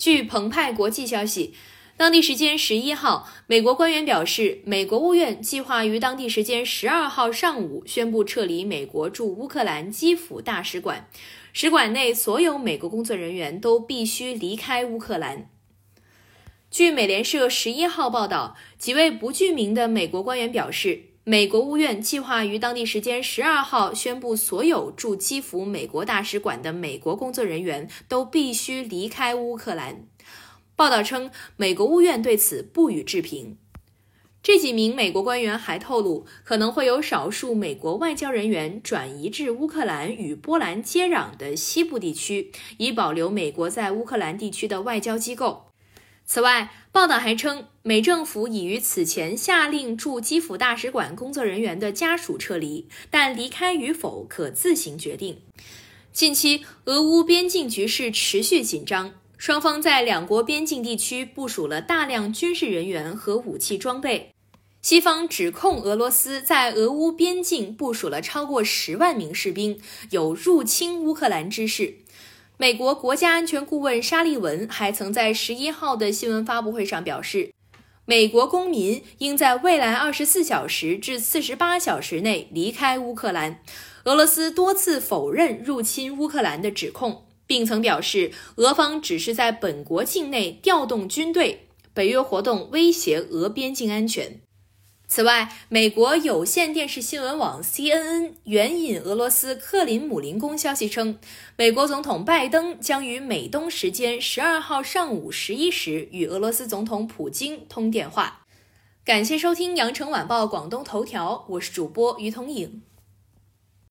据澎湃国际消息，当地时间11号，美国官员表示，美国务院计划于当地时间12号上午宣布撤离美国驻乌克兰基辅大使馆，使馆内所有美国工作人员都必须离开乌克兰。据美联社11号报道，几位不具名的美国官员表示，美国务院计划于当地时间12号宣布，所有驻基辅美国大使馆的美国工作人员都必须离开乌克兰。报道称，美国务院对此不予置评。这几名美国官员还透露，可能会有少数美国外交人员转移至乌克兰与波兰接壤的西部地区，以保留美国在乌克兰地区的外交机构。此外，报道还称，美政府已于此前下令驻基辅大使馆工作人员的家属撤离，但离开与否可自行决定。近期，俄乌边境局势持续紧张，双方在两国边境地区部署了大量军事人员和武器装备。西方指控俄罗斯在俄乌边境部署了超过10万名士兵，有入侵乌克兰之势。美国国家安全顾问沙利文还曾在11号的新闻发布会上表示，美国公民应在未来24小时至48小时内离开乌克兰。俄罗斯多次否认入侵乌克兰的指控，并曾表示，俄方只是在本国境内调动军队，北约活动威胁俄边境安全。此外，美国有线电视新闻网 CNN 援引俄罗斯克林姆林宫消息称，美国总统拜登将于美东时间12号上午11时与俄罗斯总统普京通电话。感谢收听羊城晚报广东头条，我是主播于彤颖。